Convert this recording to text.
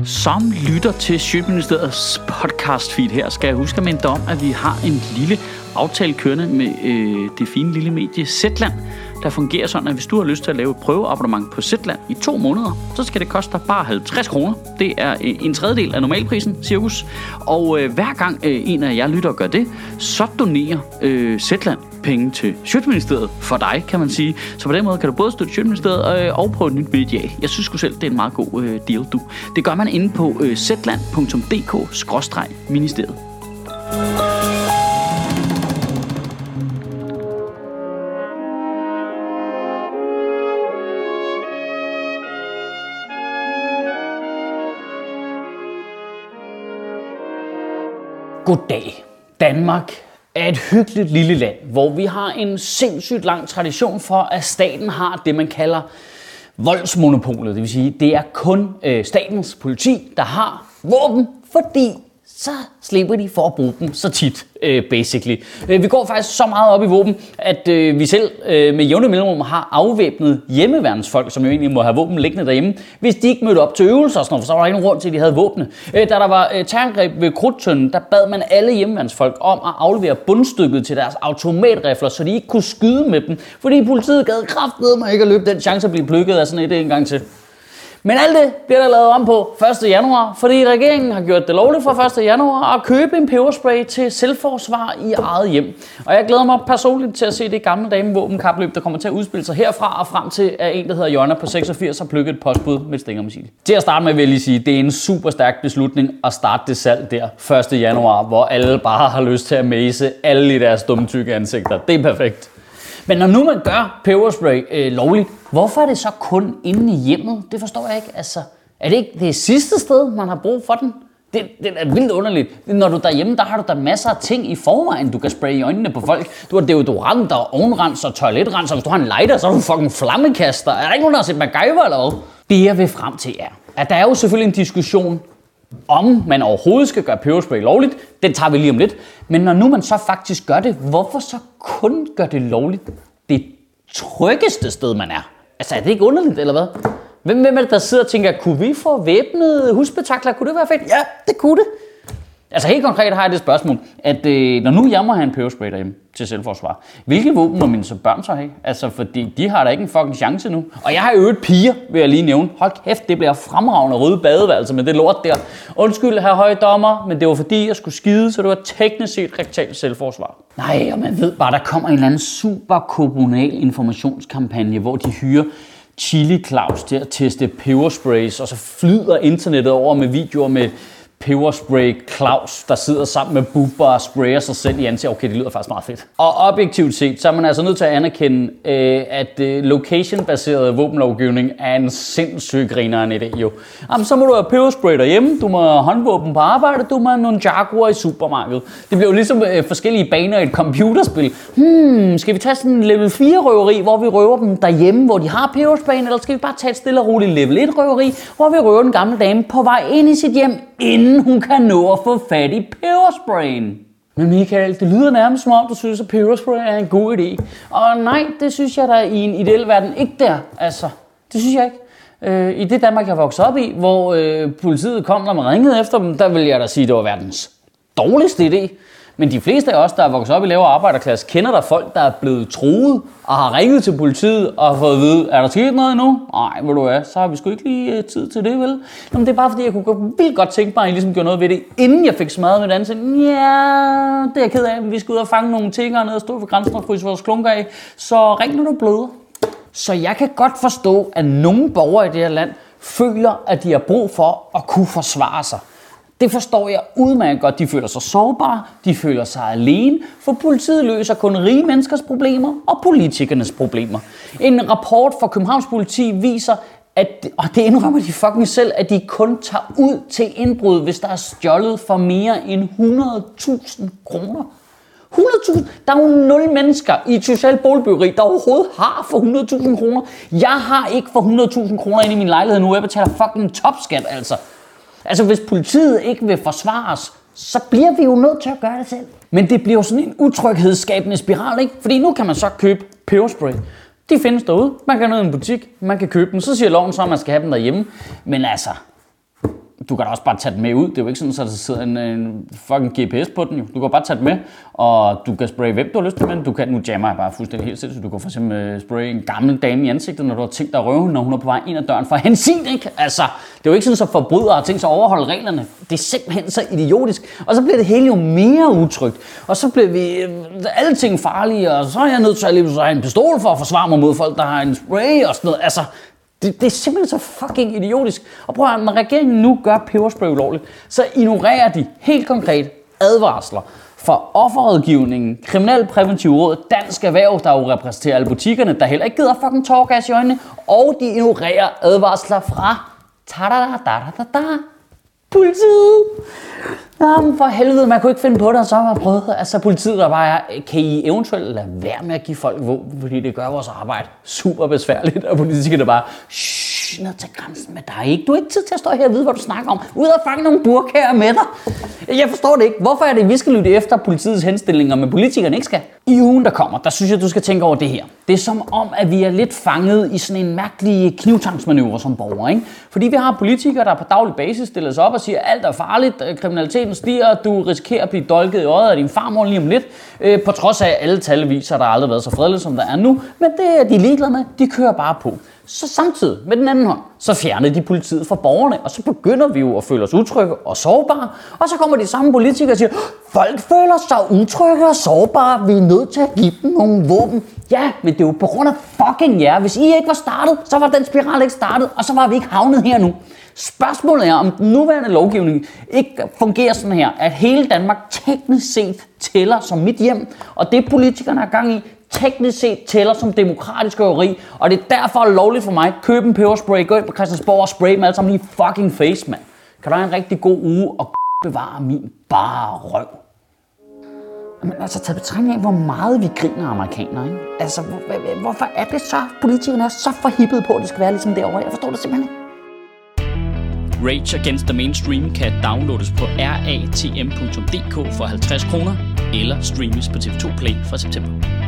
Som lytter til Sjøtministeriets podcast feed her, skal jeg huske at minde dig om, at vi har en lille aftale kørende med det fine lille medie Zetland, der fungerer sådan, at hvis du har lyst til at lave et prøveabonnement på Zetland i 2 måneder, så skal det koste dig bare 50 kroner. Det er en tredjedel af normalprisen, cirkus. Og hver gang en af jer lytter gør det, så donerer Zetland penge til Sjøtministeriet for dig, kan man sige. Så på den måde kan du både støtte Sjøtministeriet og prøve et nyt medie af. Jeg synes sgu selv, det er en meget god deal, du. Det gør man inde på zetland.dk/ministeriet. Goddag. Danmark er et hyggeligt lille land, hvor vi har en sindssygt lang tradition for, at staten har det, man kalder voldsmonopolet. Det vil sige, det er kun statens politi, der har våben, fordi så slipper de for at bruge dem så tit, basically. Vi går faktisk så meget op i våben, at vi selv med jævne mellemrum har afvæbnet hjemmeværnsfolk, som jo egentlig må have våben liggende derhjemme, hvis de ikke mødte op til øvelser og sådan noget, for så var der ikke nogen grund til, at de havde våbne. Da der var terrorangreb ved Krudttønden, der bad man alle hjemmeværnsfolk om at aflevere bundstykket til deres automatrifler, så de ikke kunne skyde med dem, fordi politiet gad kraftedeme ikke at løbe den chance at blive plukket af sådan et en gang til. Men alt det bliver der lavet om på 1. januar, fordi regeringen har gjort det lovligt fra 1. januar at købe en peberspray til selvforsvar i eget hjem. Og jeg glæder mig personligt til at se det gamle damevåbenkapløb, der kommer til at udspille sig herfra og frem til, at en, der hedder Jonna på 86, har plukket et postbud med et stængermissil. Til at starte med vil jeg lige sige, det er en super stærk beslutning at starte det salg der 1. januar, hvor alle bare har lyst til at mase alle i deres dumme tykke ansigter. Det er perfekt. Men når nu man gør peberspray lovligt, hvorfor er det så kun inde i hjemmet? Det forstår jeg ikke. Altså, er det ikke det sidste sted, man har brug for den? Det er vildt underligt. Når du er derhjemme, der har du da masser af ting i forvejen, du kan spraye i øjnene på folk. Du har deodoranter, ovnrenser, toiletrenser. Hvis du har en lighter, så har du fucking flammekaster. Er der ikke nogen, der har set MacGyver eller hvad? Det jeg vil frem til er, at der er jo selvfølgelig en diskussion om man overhovedet skal gøre peberspray lovligt. Den tager vi lige om lidt. Men når nu man så faktisk gør det, hvorfor så kun gør det lovligt det tryggeste sted, man er? Altså, er det ikke underligt, eller hvad? Hvem er det, der sidder og tænker, kunne vi få væbnede husspektakler? Kunne det være fedt? Ja, det kunne det. Altså helt konkret har jeg det spørgsmål, at når nu jeg må have en peberspray derhjemme til selvforsvar, hvilke våben må mine så børn så have? Altså, fordi de har da ikke en fucking chance nu. Og jeg har jo et piger, vil jeg lige nævne. Hold kæft, det bliver fremragende røde badeværelse med det lort der. Undskyld, herr højdommer, men det var fordi, jeg skulle skide, så det var teknisk set rektalt selvforsvar. Nej, og man ved bare, der kommer en eller anden super kommunal informationskampagne, hvor de hyrer Chili Claus til at teste pebersprays, og så flyder internettet over med videoer med peberspray Claus, der sidder sammen med Bubber og sprayer sig selv i ansigtet. Okay, det lyder faktisk meget fedt. Og objektivt set, så er man altså nødt til at anerkende, at location-baseret våbenlovgivning er en sindssyg grineren idé, jo. Jamen, så må du have peberspray derhjemme, du må have håndvåben på arbejde, du må have nogle Jaguar i supermarkedet. Det bliver jo ligesom forskellige baner i et computerspil. Skal vi tage sådan en level 4 røveri, hvor vi røver dem derhjemme, hvor de har pebersprayen, eller skal vi bare tage et stille og roligt level 1 røveri, hvor vi røver den gamle dame på vej ind i sit hjem, inden hun kan nå at få fat i pebersprayen? Men Michael, det lyder nærmest som om, du synes, at peberspray er en god idé. Og nej, det synes jeg da i en ideel verden ikke der. Altså, det synes jeg ikke. I det Danmark, jeg voksede op i, hvor politiet kom, når man ringede efter dem, der vil jeg da sige, at det var verdens dårligste idé. Men de fleste af os, der er vokset op i lavere arbejderklasse, kender der folk, der er blevet truet og har ringet til politiet og har fået at vide, er der sket noget endnu? Nej, hvor du er, så har vi sgu ikke lige tid til det, vel? Nå, men det er bare fordi, jeg kunne vildt godt tænke mig, at I ligesom gjorde noget ved det, inden jeg fik smadret mit ansigt. Ja, det er jeg ked af. Vi skal ud og fange nogle tiggere ned og stå ved grænsen og fryse vores klunker af. Så ring, når du bløder. Så jeg kan godt forstå, at nogle borgere i det her land føler, at de har brug for at kunne forsvare sig. Det forstår jeg udmærket godt. De føler sig sårbare, de føler sig alene, for politiet løser kun rige menneskers problemer og politikernes problemer. En rapport fra Københavns Politi viser, at, og det indrømmer de fucking selv, at de kun tager ud til indbrud, hvis der er stjålet for mere end 100.000 kroner. 100.000? Der er jo 0 mennesker i et socialt boligbyggeri, der overhovedet har for 100.000 kroner. Jeg har ikke for 100.000 kroner inde i min lejlighed nu, jeg betaler fucking topskat altså. Altså, hvis politiet ikke vil forsvare os, så bliver vi jo nødt til at gøre det selv. Men det bliver jo sådan en utryghedsskabende spiral, ikke? Fordi nu kan man så købe peberspray. De findes derude. Man kan ned i en butik, man kan købe dem. Så siger loven så, at man skal have dem derhjemme. Men altså, du kan da også bare tage den med ud. Det er jo ikke sådan, at der sidder en fucking GPS på den. Jo. Du kan bare tage den med, og du kan spraye hvem du har lyst til, men du kan, nu jammer jeg bare fuldstændig helt sindssygt. Du kan for eksempel spraye en gammel dame i ansigtet, når du har tænkt dig at røve, når hun er på vej ind ad døren for hensyn, ikke? Altså, det er jo ikke sådan, at forbrydere har tænkt sig at overholde reglerne. Det er simpelthen så idiotisk. Og så bliver det hele jo mere utrygt. Og så bliver vi alle ting farlige, og så er jeg nødt til at have en pistol for at forsvare mig mod folk, der har en spray og sådan noget. Altså, det er simpelthen så fucking idiotisk. Og prøv at, når regeringen nu gør peberspray ulovligt, så ignorerer de helt konkret advarsler fra Offerrådgivningen, Kriminalpræventiv Råd, Dansk Erhverv, der jo repræsenterer alle butikkerne, der heller ikke gider fucking tårgas i øjnene, og de ignorerer advarsler fra politiet. Jamen for helvede, man kunne ikke finde på det, og så har man prøvet. Altså politiet der bare er, kan I eventuelt lade være med at give folk våben, fordi det gør vores arbejde super besværligt, og politikerne bare, ned til grænsen med dig, du har ikke tid til at stå her og vide, hvad du snakker om. Ud og fange nogle burkaer med dig. Jeg forstår det ikke. Hvorfor er det, vi skal lytte efter politiets henstillinger, men politikerne ikke skal? I ugen, der kommer, der synes jeg, du skal tænke over det her. Det er som om, at vi er lidt fanget i sådan en mærkelig knivtangsmanøvre som borgere, ikke? Fordi vi har politikere, der på daglig basis stiller sig op og siger, at alt er farligt, kriminaliteten stiger, du risikerer at blive dolket i øjet af din farmor lige om lidt. På trods af, at alle tal viser, at der aldrig har været så fredeligt, som der er nu. Men det er de ligeglade med. De kører bare på. Så samtidig med den anden hånd, så fjernede de politiet fra borgerne, og så begynder vi jo at føle os utrygge og sårbare. Og så kommer de samme politikere og siger, folk føler sig utrygge og sårbare, vi er nødt til at give dem nogle våben. Ja, men det er jo på grund af fucking jer. Hvis I ikke var startet, så var den spiral ikke startet, og så var vi ikke havnet her nu. Spørgsmålet er, om den nuværende lovgivning ikke fungerer sådan her, at hele Danmark teknisk set tæller som mit hjem, og det politikerne har gang i, teknisk set tæller som demokratisk røveri, og det er derfor lovligt for mig at købe en peberspray, gå ind på Christiansborg og spray dem alle sammen i fucking face, mand. Kan du have en rigtig god uge og bevare min bare røv? Men altså, tag betragtning af, hvor meget vi griner amerikanere, ikke? Altså, hvorfor er det så, politikerne er så forhippet på, at det skal være ligesom derovre? Jeg forstår det simpelthen ikke. Rage Against the Mainstream kan downloades på ratm.dk for 50 kroner, eller streames på TV2 Play fra september.